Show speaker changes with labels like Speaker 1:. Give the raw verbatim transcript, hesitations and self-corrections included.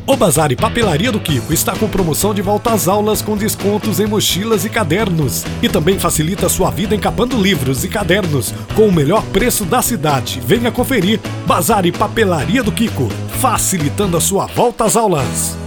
Speaker 1: O Bazar e Papelaria do Kiko está com promoção de volta às aulas com descontos em mochilas e cadernos. E também facilita a sua vida encapando livros e cadernos com o melhor preço da cidade. Venha conferir. Bazar e Papelaria do Kiko, facilitando a sua volta às aulas.